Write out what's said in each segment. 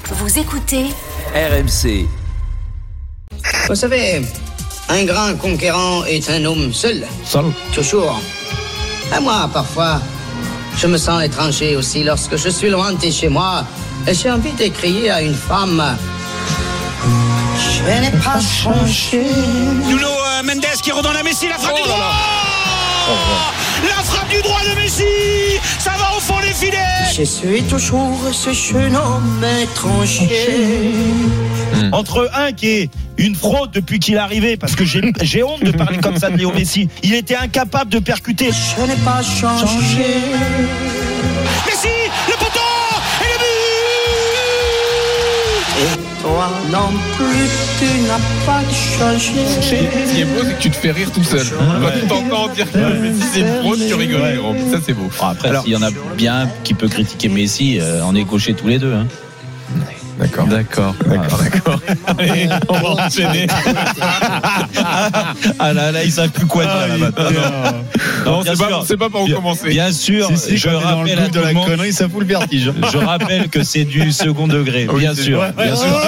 Vous écoutez RMC. Vous savez, un grand conquérant est un homme seul. Toujours. Et moi, parfois, je me sens étranger aussi lorsque je suis loin de chez moi et j'ai envie de crier à une femme. Je n'ai pas changé. Nuno Mendes qui redonne à Messi, la frappe du droit. La frappe du droit de Messi. Ça va au fond des filets. Je suis toujours ce jeune homme étranger. Entre un qui est une fraude depuis qu'il est arrivé, parce que j'ai honte de parler comme ça de Léo Messi. Il était incapable de percuter. Je n'ai pas changé. Messi, le poteau et le but. Et toi non plus, tu n'as pas changé. Ce qui est beau, c'est que tu te fais rire tout seul. Quand tu t'entends dire que Messi c'est une fraude, tu rigoles. Ça c'est beau. Après, s'il y en a bien qui peut critiquer Messi, on est gauchers tous les deux. Hein. D'accord. Allez, on va enchaîner. Là, ils savent plus quoi dire là maintenant. Non, c'est pas pour commencer. Bien sûr, je rappelle à tout le monde. Connerie, ça fout le vertige. Je rappelle que c'est du second degré, oui, bien sûr. Mais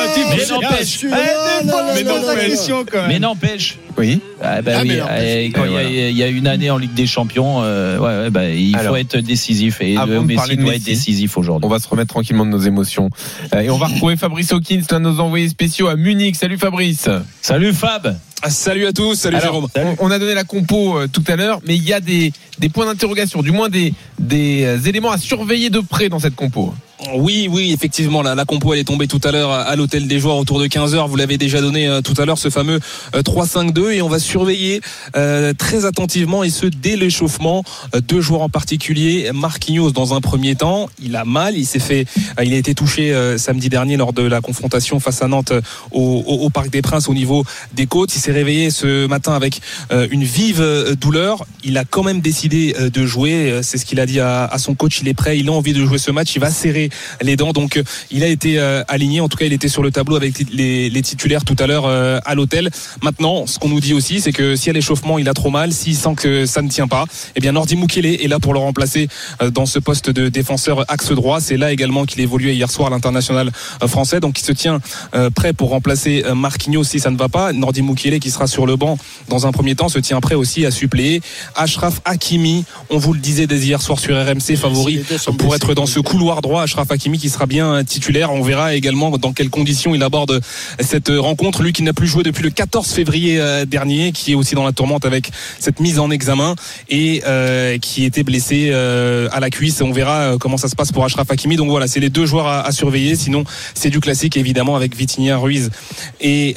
n'empêche. Oui. Quand il y a une année en Ligue des Champions, il faut être décisif et Messi doit être décisif aujourd'hui. On va se remettre tranquillement de nos émotions et on va retrouver Fabrice Hawkins, l'un de nos envoyés spéciaux à Munich. Salut Fabrice. Salut Fab. Salut à tous, salut Jérôme. On a donné la compo tout à l'heure, mais il y a des points d'interrogation, du moins des éléments à surveiller de près dans cette compo. Oui, effectivement, la compo elle est tombée tout à l'heure à l'hôtel des joueurs autour de 15h. Vous l'avez déjà donné tout à l'heure, ce fameux 3-5-2, et on va surveiller très attentivement, et ce dès l'échauffement, deux joueurs en particulier. Marquinhos dans un premier temps, il a mal, il a été touché samedi dernier lors de la confrontation face à Nantes au Parc des Princes au niveau des côtes. Il s'est réveillé ce matin avec une vive douleur. Il a quand même décidé de jouer, c'est ce qu'il a dit à son coach. Il est prêt, il a envie de jouer ce match, il va serrer les dents, donc il a été aligné, en tout cas il était sur le tableau avec les titulaires tout à l'heure à l'hôtel. Maintenant, ce qu'on nous dit aussi, c'est que si à l'échauffement il a trop mal, s'il sent que ça ne tient pas, eh bien Nordi Mukiele est là pour le remplacer dans ce poste de défenseur axe droit. C'est là également qu'il évoluait hier soir à l'international français, donc il se tient prêt pour remplacer Marquinhos si ça ne va pas. Nordi Mukiele, qui sera sur le banc dans un premier temps, se tient prêt aussi à suppléer. Achraf Hakimi, on vous le disait dès hier soir sur RMC, favori pour être dans ce couloir droit. Achraf Hakimi qui sera bien titulaire. On verra également dans quelles conditions il aborde cette rencontre. Lui qui n'a plus joué depuis le 14 février dernier, qui est aussi dans la tourmente avec cette mise en examen et qui était blessé à la cuisse. On verra comment ça se passe pour Achraf Hakimi. Donc voilà, c'est les deux joueurs à surveiller. Sinon, c'est du classique évidemment avec Vitinha, Ruiz et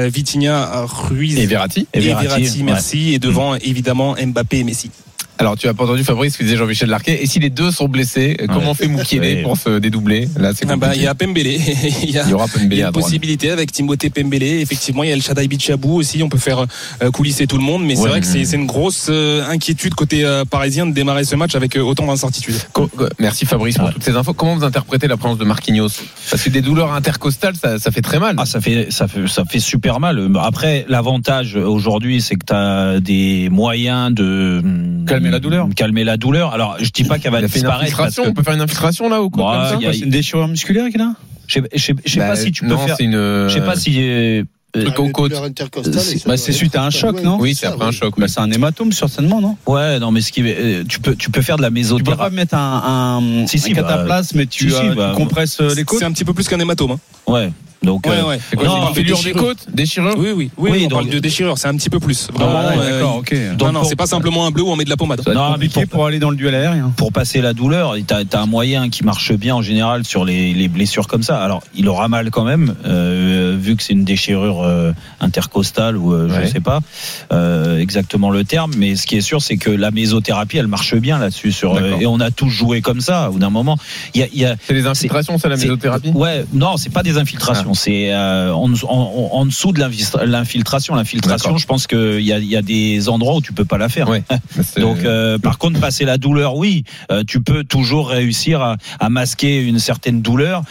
Verratti. Merci. Et devant évidemment Mbappé et Messi. Alors, tu as pas entendu Fabrice, ce que disait Jean-Michel Larquet. Et si les deux sont blessés, comment fait Mukiele pour se dédoubler? Là, c'est compliqué. Il y a Pembele. Il y aura Pembele. Il y a une possibilité avec Timothée Pembele. Effectivement, il y a El Shaddai Bichabou aussi. On peut faire coulisser tout le monde. Mais c'est vrai que c'est une grosse inquiétude côté parisien de démarrer ce match avec autant d'incertitudes. Merci Fabrice pour toutes ces infos. Comment vous interprétez la présence de Marquinhos? Parce que des douleurs intercostales, ça fait très mal. Ça fait super mal. Après, l'avantage aujourd'hui, c'est que tu as des moyens de calmer la douleur. Alors, je dis pas qu'elle va disparaître. On peut faire une infiltration là ou quoi? C'est une déchirure musculaire qu'il a. Je sais pas si tu peux faire. Je sais pas si. Truc aux côtes. C'est suite à un choc, non? Oui, c'est après un choc. C'est un hématome certainement, non? Ouais, non, mais tu peux faire de la mésothérapie. Tu peux pas mettre un cataplasme, mais tu compresses les côtes. C'est un petit peu plus qu'un hématome. Ouais. Donc, c'est quoi, une fêlure des côtes, déchirure? Oui, on parle de déchirure, c'est un petit peu plus. Vraiment, d'accord, ok. Non, c'est pas simplement un bleu où on met de la pommade. Non, mais pour aller dans le duel aérien. Pour passer la douleur, t'as un moyen qui marche bien en général sur les blessures comme ça. Alors, il aura mal quand même, vu que c'est une déchirure intercostale ou je sais pas exactement le terme, mais ce qui est sûr, c'est que la mésothérapie, elle marche bien là-dessus. Et on a tous joué comme ça. Au bout d'un moment, c'est des infiltrations, c'est la mésothérapie? Ouais, non, c'est pas des infiltrations. C'est en dessous de l'infiltration. L'infiltration, je pense qu'il y a des endroits où tu peux pas la faire. Ouais. Donc, par contre, passer la douleur, oui, tu peux toujours réussir à masquer une certaine douleur.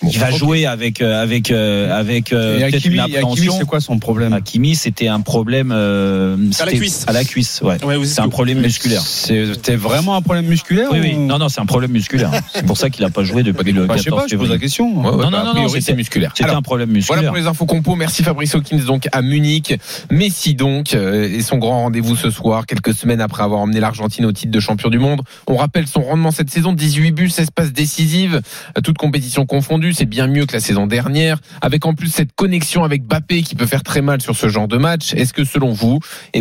Il va jouer avec et peut-être une appréhension. C'est quoi son problème? Hakimi, c'était un problème à la cuisse. À la cuisse, ouais. C'est un problème musculaire. C'était vraiment un problème musculaire? Oui. Non, c'est un problème musculaire. C'est pour ça qu'il n'a pas joué depuis le 14 février. Je pose la question. Non, c'est musculaire. C'était un problème musculaire. Voilà pour les infos compos. Merci Fabrice Hawkins, donc à Munich. Messi donc et son grand rendez-vous ce soir, quelques semaines après avoir emmené l'Argentine au titre de champion du monde. On rappelle son rendement cette saison, 18 buts, 16 passes décisives, toutes compétitions confondues. C'est bien mieux que la saison dernière, avec en plus cette connexion avec Mbappé qui peut faire très mal sur ce genre de match. Est-ce que selon vous,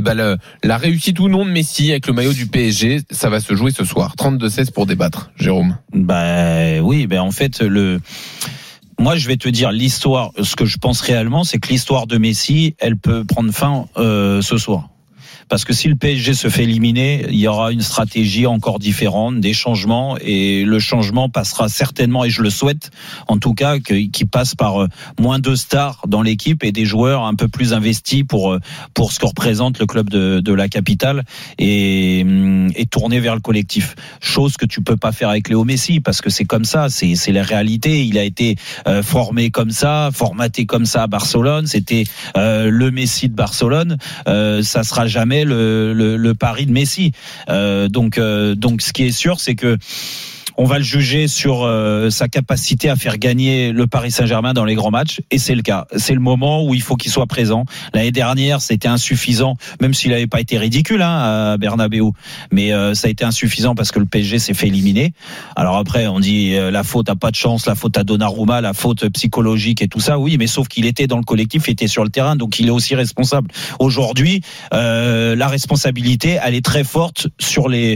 la réussite ou non de Messi avec le maillot du PSG, ça va se jouer ce soir? 32-16 pour débattre. Jérôme? Oui, en fait, moi, je vais te dire l'histoire. Ce que je pense réellement, c'est que l'histoire de Messi, elle peut prendre fin ce soir. Parce que si le PSG se fait éliminer, il y aura une stratégie encore différente, des changements, et le changement passera certainement, et je le souhaite en tout cas, qu'il passe par moins de stars dans l'équipe et des joueurs un peu plus investis pour ce que représente le club de la capitale et tourner vers le collectif. Chose que tu peux pas faire avec Léo Messi, parce que c'est comme ça, c'est la réalité. Il a été formé comme ça, formaté comme ça à Barcelone. C'était le Messi de Barcelone. Ça sera jamais le pari de Messi. Donc ce qui est sûr, c'est que on va le juger sur sa capacité à faire gagner le Paris Saint-Germain dans les grands matchs, et c'est le cas. C'est le moment où il faut qu'il soit présent. L'année dernière, c'était insuffisant, même s'il n'avait pas été ridicule à Bernabéu, mais ça a été insuffisant parce que le PSG s'est fait éliminer. Alors après, on dit la faute à pas de chance, la faute à Donnarumma, la faute psychologique et tout ça. Oui, mais sauf qu'il était dans le collectif, il était sur le terrain, donc il est aussi responsable. Aujourd'hui, la responsabilité, elle est très forte sur les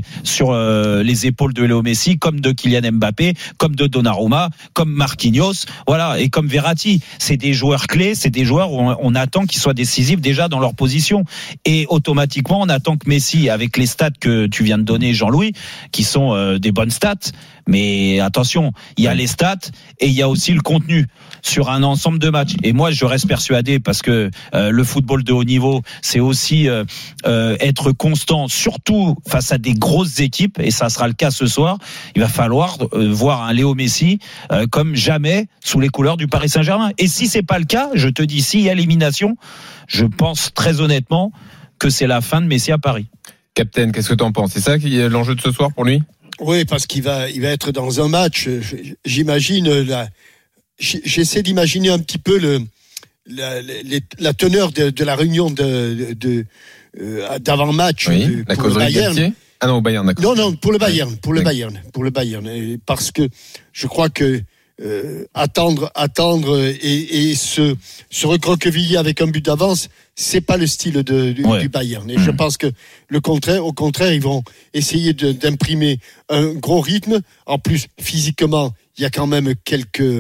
épaules de Léo Messi, comme de Kylian Mbappé, comme de Donnarumma, comme Marquinhos, voilà, et comme Verratti. C'est des joueurs clés, c'est des joueurs où on attend qu'ils soient décisifs déjà dans leur position. Et automatiquement, on attend que Messi, avec les stats que tu viens de donner, Jean-Louis, qui sont des bonnes stats, mais attention, il y a les stats et il y a aussi le contenu sur un ensemble de matchs. Et moi, je reste persuadé, parce que le football de haut niveau, c'est aussi être constant, surtout face à des grosses équipes, et ça sera le cas ce soir. Il va falloir voir un Léo Messi comme jamais sous les couleurs du Paris Saint-Germain. Et si c'est pas le cas, je te dis, s'il y a élimination, je pense très honnêtement que c'est la fin de Messi à Paris. Captain, qu'est-ce que tu en penses? C'est ça qui est l'enjeu de ce soir pour lui? Oui, parce qu'il va être dans un match. J'imagine j'essaie d'imaginer un petit peu la teneur de la réunion d'avant-match pour le Bayern. Ah non, au Bayern, d'accord. Non, pour le Bayern, pour le Bayern, parce que je crois que attendre et se recroqueviller avec un but d'avance, c'est pas le style du Bayern. Et je pense que au contraire, ils vont essayer d'imprimer un gros rythme. En plus, physiquement, il y a quand même quelques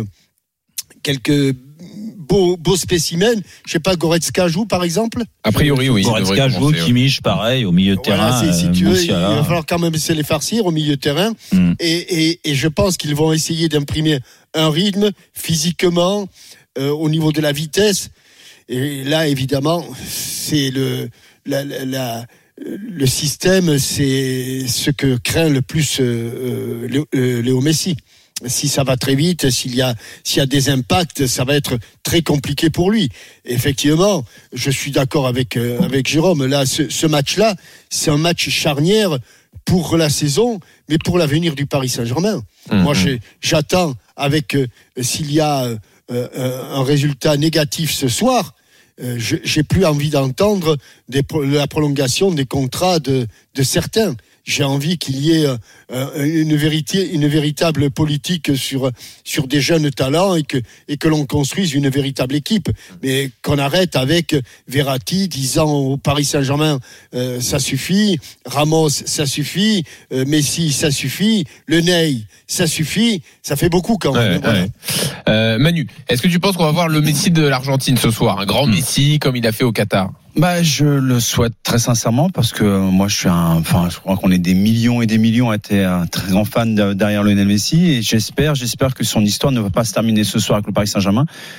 beaux spécimens. Je sais pas, Goretzka joue par exemple. A priori, oui. Goretzka joue, Kimmich pareil au milieu de terrain. Si tu veux, il va falloir quand même se les farcir au milieu de terrain. Et je pense qu'ils vont essayer d'imprimer un rythme physiquement au niveau de la vitesse. Et là, évidemment, c'est le système, c'est ce que craint le plus Léo Messi. Si ça va très vite, s'il y a des impacts, ça va être très compliqué pour lui. Effectivement, je suis d'accord avec Jérôme. Là, ce match-là, c'est un match charnière pour la saison, mais pour l'avenir du Paris Saint-Germain. Moi, j'attends s'il y a un résultat négatif ce soir, j'ai plus envie d'entendre la prolongation des contrats de certains. J'ai envie qu'il y ait une véritable politique sur des jeunes talents et que l'on construise une véritable équipe. Mais qu'on arrête avec Verratti disant au Paris Saint-Germain ça suffit, Ramos ça suffit, Messi ça suffit, Le Ney ça suffit, ça fait beaucoup quand même. Voilà. Manu, est-ce que tu penses qu'on va voir le Messi de l'Argentine ce soir, un grand Messi comme il a fait au Qatar? Je le souhaite très sincèrement, parce que moi je crois qu'on est des millions et des millions à être un très grand fan derrière Lionel Messi, et j'espère que son histoire ne va pas se terminer ce soir avec le Paris Saint-Germain.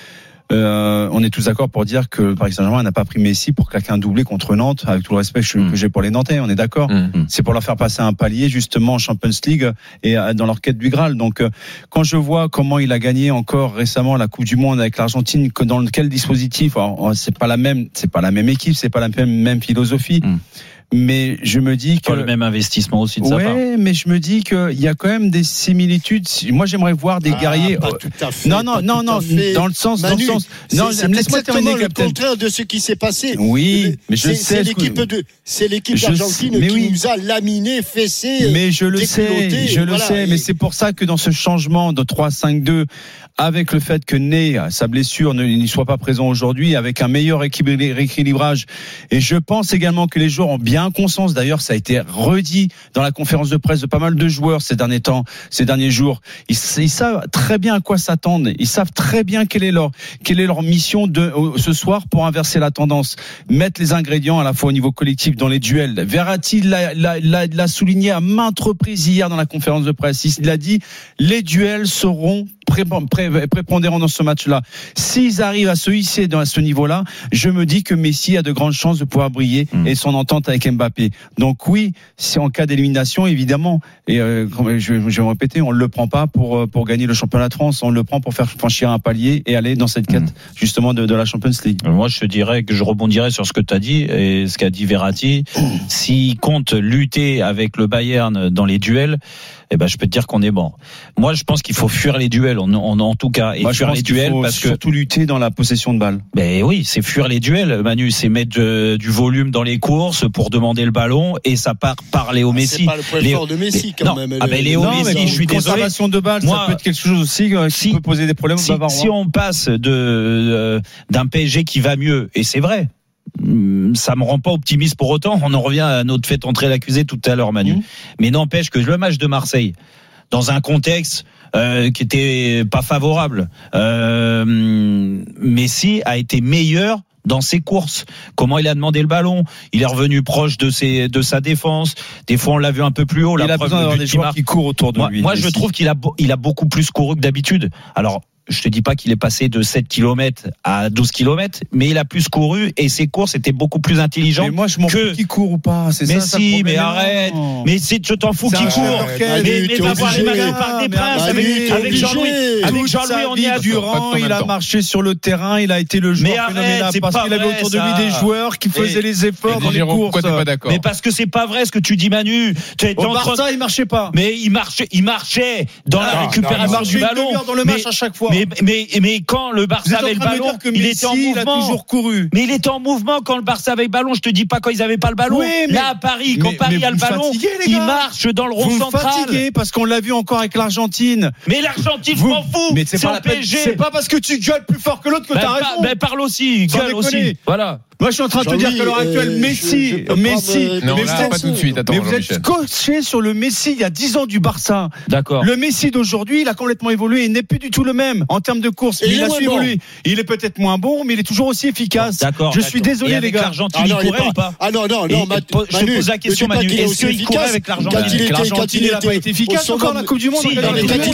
on est tous d'accord pour dire que Paris Saint-Germain n'a pas pris Messi pour claquer un doublé contre Nantes, avec tout le respect que j'ai pour les Nantais, on est d'accord. C'est pour leur faire passer un palier justement en Champions League et dans leur quête du Graal. Donc quand je vois comment il a gagné encore récemment la Coupe du Monde avec l'Argentine, que dans quel dispositif, alors, c'est pas la même équipe, c'est pas la même philosophie. Mais je me dis que pas le même investissement aussi de sa part. Ouais, mais je me dis qu'il y a quand même des similitudes. Moi, j'aimerais voir des guerriers. Pas tout à fait, non, dans le sens. Non, laisse-moi terminer, le contraire de ce qui s'est passé. Oui, mais je sais. C'est l'équipe d'Argentine qui nous a laminé, fessé. Mais je le sais. Mais c'est pour ça que dans ce changement de 3-5-2, avec le fait que Ney, sa blessure, n'y soit pas présent aujourd'hui, avec un meilleur rééquilibrage, et je pense également que les joueurs ont bien conscience, d'ailleurs ça a été redit dans la conférence de presse de pas mal de joueurs ces derniers jours, ils savent très bien à quoi s'attendre, ils savent très bien quelle est leur mission ce soir pour inverser la tendance, mettre les ingrédients à la fois au niveau collectif dans les duels. Verratti l'a souligné à maintes reprises hier dans la conférence de presse, il a dit les duels seront prépondérants dans ce match-là. S'ils arrivent à se hisser à ce niveau-là, je me dis que Messi a de grandes chances de pouvoir briller et son entente avec Mbappé. Donc oui, c'est en cas d'élimination évidemment. Et je vais me répéter, on ne le prend pas pour gagner le championnat de France, on le prend pour faire franchir un palier et aller dans cette quête justement de la Champions League. Moi, je te dirais que je rebondirais sur ce que tu as dit et ce qu'a dit Verratti. S'il compte lutter avec le Bayern dans les duels, je peux te dire qu'on est bon. Moi, je pense qu'il faut fuir les duels, en tout cas, et fuir les duels parce que surtout lutter dans la possession de balle. Ben oui, c'est fuir les duels, Manu, c'est mettre du volume dans les courses pour demander le ballon et ça part par Léo Messi. C'est pas le point fort de Messi quand même. Léo Messi, je suis désolé. Conservation de balle, ça peut être quelque chose aussi qui peut poser des problèmes aux Bavarois. Si on passe d'un PSG qui va mieux, et c'est vrai. Ça me rend pas optimiste pour autant. On en revient à notre fait entrer l'accusé tout à l'heure, Manu. Mais n'empêche que le match de Marseille, dans un contexte qui était pas favorable, Messi a été meilleur dans ses courses. Comment il a demandé le ballon, il est revenu proche de sa défense. Des fois, on l'a vu un peu plus haut. Il a besoin d'avoir des joueurs qui courent autour de lui. Moi, je trouve qu'il a beaucoup plus couru que d'habitude. Alors, je te dis pas qu'il est passé de 7 km à 12 km, mais il a plus couru et ses courses étaient beaucoup plus intelligentes. Mais moi, je m'en fous qu'il court ou pas. C'est mais ça, si, mais arrête. Mais si, je t'en fous qu'il court. Mais va voir les matchs par des Princes avec Jean-Louis. Avec Jean-Louis, on y a Durant, il a marché sur le terrain, il a été le joueur phénoménal parce qu'il avait autour de lui des joueurs qui faisaient les efforts dans les courses. Pourquoi t'es pas d'accord? Mais parce que c'est pas vrai ce que tu dis, Manu. Au Barça, il marchait pas. Mais il marchait dans la récupération du ballon. Dans le match à chaque fois. Mais quand le Barça avait le ballon, il était en mouvement. Il a toujours couru. Mais il était en mouvement quand le Barça avait le ballon. Je te dis pas quand ils avaient pas le ballon. Là à Paris, quand Paris a le ballon, il marche dans le rond central. Vous fatiguez parce qu'on l'a vu encore avec l'Argentine. Mais l'Argentine, je m'en fous. Mais c'est pas PSG. C'est pas parce que tu gueules plus fort que l'autre que t'as raison. Mais parle aussi, gueule aussi. Voilà. Moi, je suis en train de te dire qu'à l'heure actuelle, Messi. Non, là, pas tout de suite. Attends, mais vous êtes scotché sur le Messi il y a 10 ans du Barça. D'accord. Le Messi d'aujourd'hui, il a complètement évolué. Il n'est plus du tout le même en termes de course. Il a su évoluer. Il est peut-être moins bon, mais il est toujours aussi efficace. D'accord. Je suis désolé, les gars. L'Argentine, il courait ou pas? Ah non. Je te pose la question, Manu. Est-ce qu'il courait avec l'Argentine? L'Argentine, il n'a pas été efficace encore la Coupe du Monde. Quand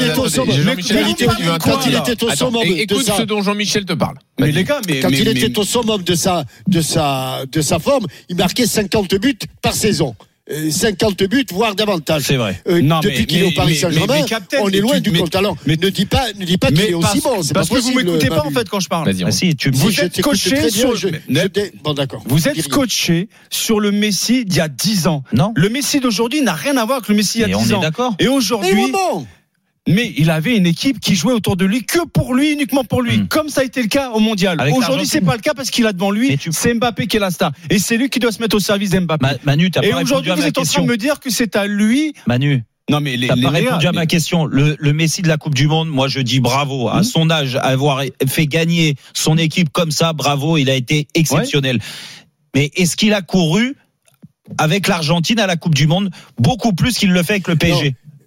il était au summum. Écoute ce dont Jean-Michel te parle. Mais les gars, quand il était au summum de sa forme, il marquait 50 buts par saison. 50 buts, voire davantage. C'est vrai. Depuis qu'il est au Paris Saint-Germain, on est loin du compte. Alors, ne dis pas qu'il est aussi bon. C'est parce pas possible. Que vous m'écoutez pas en fait quand je parle. Vous êtes scotché sur. Bon, d'accord. Vous êtes scotché sur le Messi d'il y a 10 ans. Non. Le Messi d'aujourd'hui n'a rien à voir avec le Messi il y a 10 ans. On est d'accord. Et aujourd'hui. Mais il avait une équipe qui jouait autour de lui que pour lui, uniquement pour lui, comme ça a été le cas au Mondial. Aujourd'hui, c'est pas le cas parce qu'il a devant lui, c'est Mbappé qui est la star. Et c'est lui qui doit se mettre au service d'Mbappé. Manu, t'as pas répondu à ma question. Et aujourd'hui, vous êtes en train de me dire que c'est à lui. Manu. Non mais t'as pas répondu à ma question. Le Messi de la Coupe du Monde, moi je dis bravo. À son âge, avoir fait gagner son équipe comme ça, bravo, il a été exceptionnel. Mais est-ce qu'il a couru avec l'Argentine à la Coupe du Monde beaucoup plus qu'il le fait avec le PSG?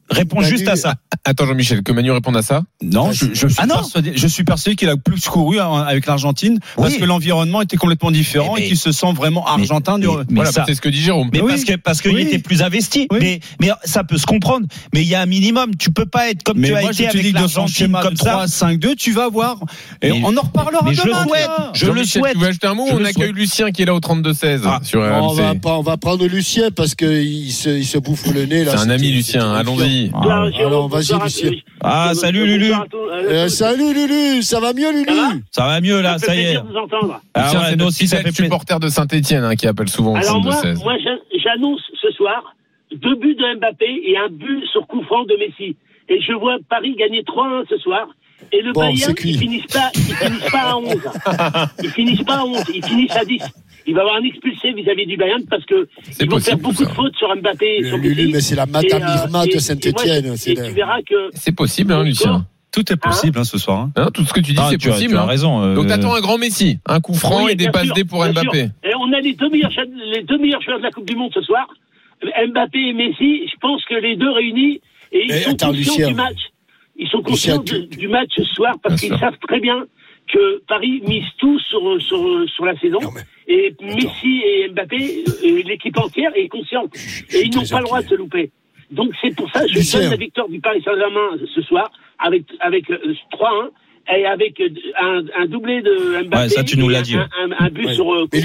Réponds juste à ça. Attends, Jean-Michel, que Manu réponde à ça. Non, je suis persuadé qu'il a plus couru avec l'Argentine parce que l'environnement était complètement différent et qu'il se sent vraiment argentin. Voilà, c'est ce que dit Jérôme. Mais parce qu'il était plus investi. Mais ça peut se comprendre. Mais il y a un minimum. Tu peux pas être comme tu as été avec l'Argentine comme ça. 3-5-2, tu vas voir. Et on en reparlera demain. Je le souhaite. Tu veux ajouter un mot? On accueille Lucien qui est là au 32-16 sur RMC. On va prendre Lucien parce qu'il se bouffe le nez là. C'est un ami, Lucien. Allons-y. Alors vas-y, Lucien. Salut Lulu. Salut Lulu, ça va mieux Lulu? Ça va mieux là, ça y est. C'est notre supporter de Saint-Etienne qui appelle souvent au 32-16. Moi j'annonce ce soir 2 buts de Mbappé et un but sur coup franc de Messi. Et je vois Paris gagner 3-1 ce soir. Et le Bayern, ils finissent pas à 11. Ils finissent pas à 11, ils finissent à 10. Il va y avoir un expulsé vis-à-vis du Bayern parce que ils vont faire beaucoup de fautes sur Mbappé. Lulu, mais c'est la Madame Irma de Saint-Etienne. Et tu verras que c'est possible, Lucien. Tout est possible ce soir. Tout ce que tu dis, c'est possible. Tu as raison. Donc t'attends un grand Messi, un coup franc et des passes D pour Mbappé. Et on a les deux meilleurs joueurs de la Coupe du Monde ce soir, Mbappé et Messi. Je pense que les deux réunis et ils sont conscients du match. Ils sont conscients du match ce soir parce qu'ils savent très bien que Paris mise tout sur la saison. Et Messi et Mbappé, l'équipe entière est consciente. Et ils n'ont pas le droit de se louper. Donc c'est pour ça que je donne la victoire du Paris Saint-Germain ce soir avec 3-1 et avec un doublé de Mbappé. Ouais, ça tu nous l'as dit. Un but sur. Mais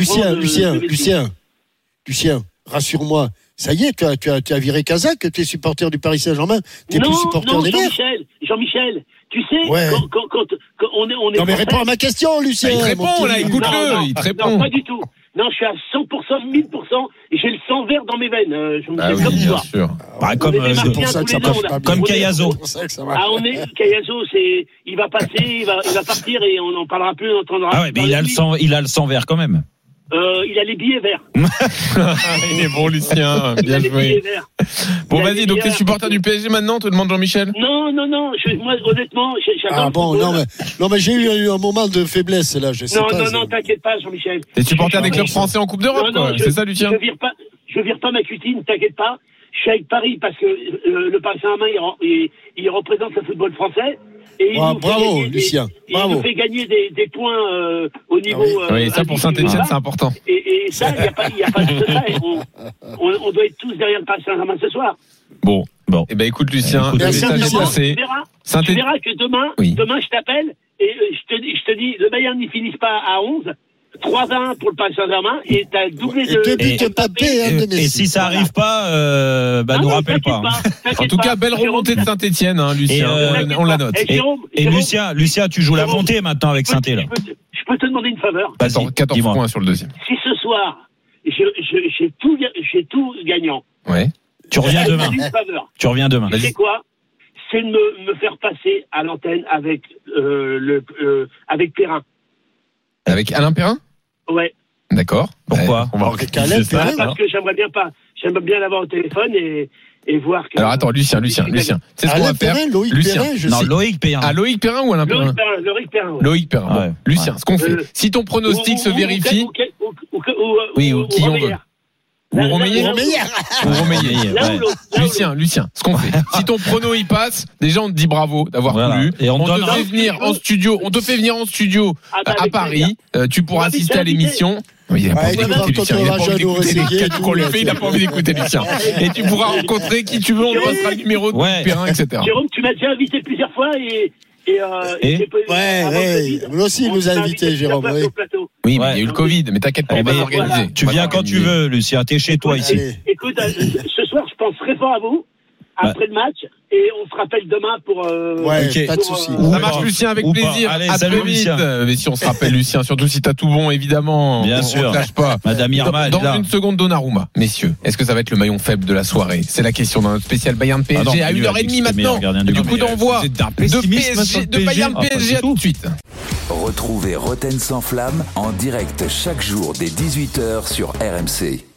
Lucien, rassure-moi. Ça y est, tu as viré Kazak, tu es supporter du Paris Saint-Germain, tu es plus supporter des Verts. Jean-Michel, tu sais, quand on est. Non mais réponds à ma question, Lucien. Il te répond là, écoute-le, il te répond. Non, pas du tout. Non, je suis à 100%, 1000%, et j'ai le sang vert dans mes veines. Oui, comme bien toi. sûr. Comme Cayazo. Cayazo, il va passer, il va partir et on n'en parlera plus, on entendra. Ah ouais, mais il a le sang vert quand même. Il a les billets verts. Il est bon, Lucien. Bien joué. Bon, vas-y, donc t'es supporter du PSG maintenant, te demande Jean-Michel? Non. Moi, honnêtement, j'adore. Non, mais j'ai eu un moment de faiblesse là. Non, t'inquiète pas, Jean-Michel. T'es supporter des clubs français en Coupe d'Europe, quoi. C'est ça, Lucien? Je vire pas ma cutine, t'inquiète pas. Je suis avec Paris parce que le Paris Saint-Germain, il représente le football français. Et bravo, Lucien. Il nous fait gagner des points au niveau. Oui, ça pour Saint-Etienne, c'est important. Et ça, il n'y a pas de ça. On doit être tous derrière le Paris Saint-Germain ce soir. Bon. Eh ben, écoute, Lucien, le message est passé. Tu verras que demain, je t'appelle et je te dis, le Bayern n'y finisse pas à 11. 3-1 pour le Paris Saint-Germain et t'as doublé de Mbappé et si ça arrive pas nous rappelle pas. En tout cas, belle remontée de Saint-Etienne, Lucien, on la note. Et Lucien, tu joues la montée maintenant avec Saint-Etienne là. Je peux te demander une faveur? 14 points sur le deuxième. Si ce soir j'ai tout gagnant. Ouais. Tu reviens demain. Tu sais quoi? C'est de me faire passer à l'antenne avec Perrin. Avec Alain Perrin? Ouais. D'accord. Pourquoi? On va organiser ça. Parce que j'aimerais bien l'avoir au téléphone et voir que. Alors attends, Lucien. C'est ce qu'on va faire. Loïc Perrin. Ah, Loïc Perrin ou Alain Perrin? Loïc Perrin. Bon. Lucien, ce qu'on fait. Si ton pronostic se vérifie. Oui, ou qui on veut. Ou Romeyer. Lucien, ce qu'on fait. Si ton prono y passe, déjà on te dit bravo d'avoir voulu. Et on te fait venir en studio. On te fait venir en studio à Paris. Tu pourras assister à l'émission. Oui, il n'a pas envie d'écouter Lucien. Il n'a pas envie d'écouter les 4 qu'on lui fait. Il n'a pas envie d'écouter Lucien. Et tu pourras rencontrer qui tu veux. On te passera le numéro de Perrin, etc. Jérôme, tu m'as déjà invité plusieurs fois et moi aussi, il nous a invités, Jérôme. Oui, mais il y a eu le Covid, mais t'inquiète pas, on va s'organiser. Tu viens quand tu veux, Lucien, t'es chez toi ici. Écoute, ce soir, je pense très fort à vous, après le match, et on se rappelle demain pour. Pas de soucis. Ça marche, Lucien, avec plaisir. Allez, à très vite. Mais si on se rappelle, Lucien, surtout si t'as tout bon, évidemment. Bien sûr. On ne lâche pas. Madame Irma, dans une seconde, Donnarumma. Messieurs, est-ce que ça va être le maillon faible de la soirée? C'est la question dans notre spécial Bayern PSG à 1h30 maintenant. Du coup d'envoi de Bayern PSG à tout de suite. Retrouvez Roten sans flamme en direct chaque jour dès 18h sur RMC.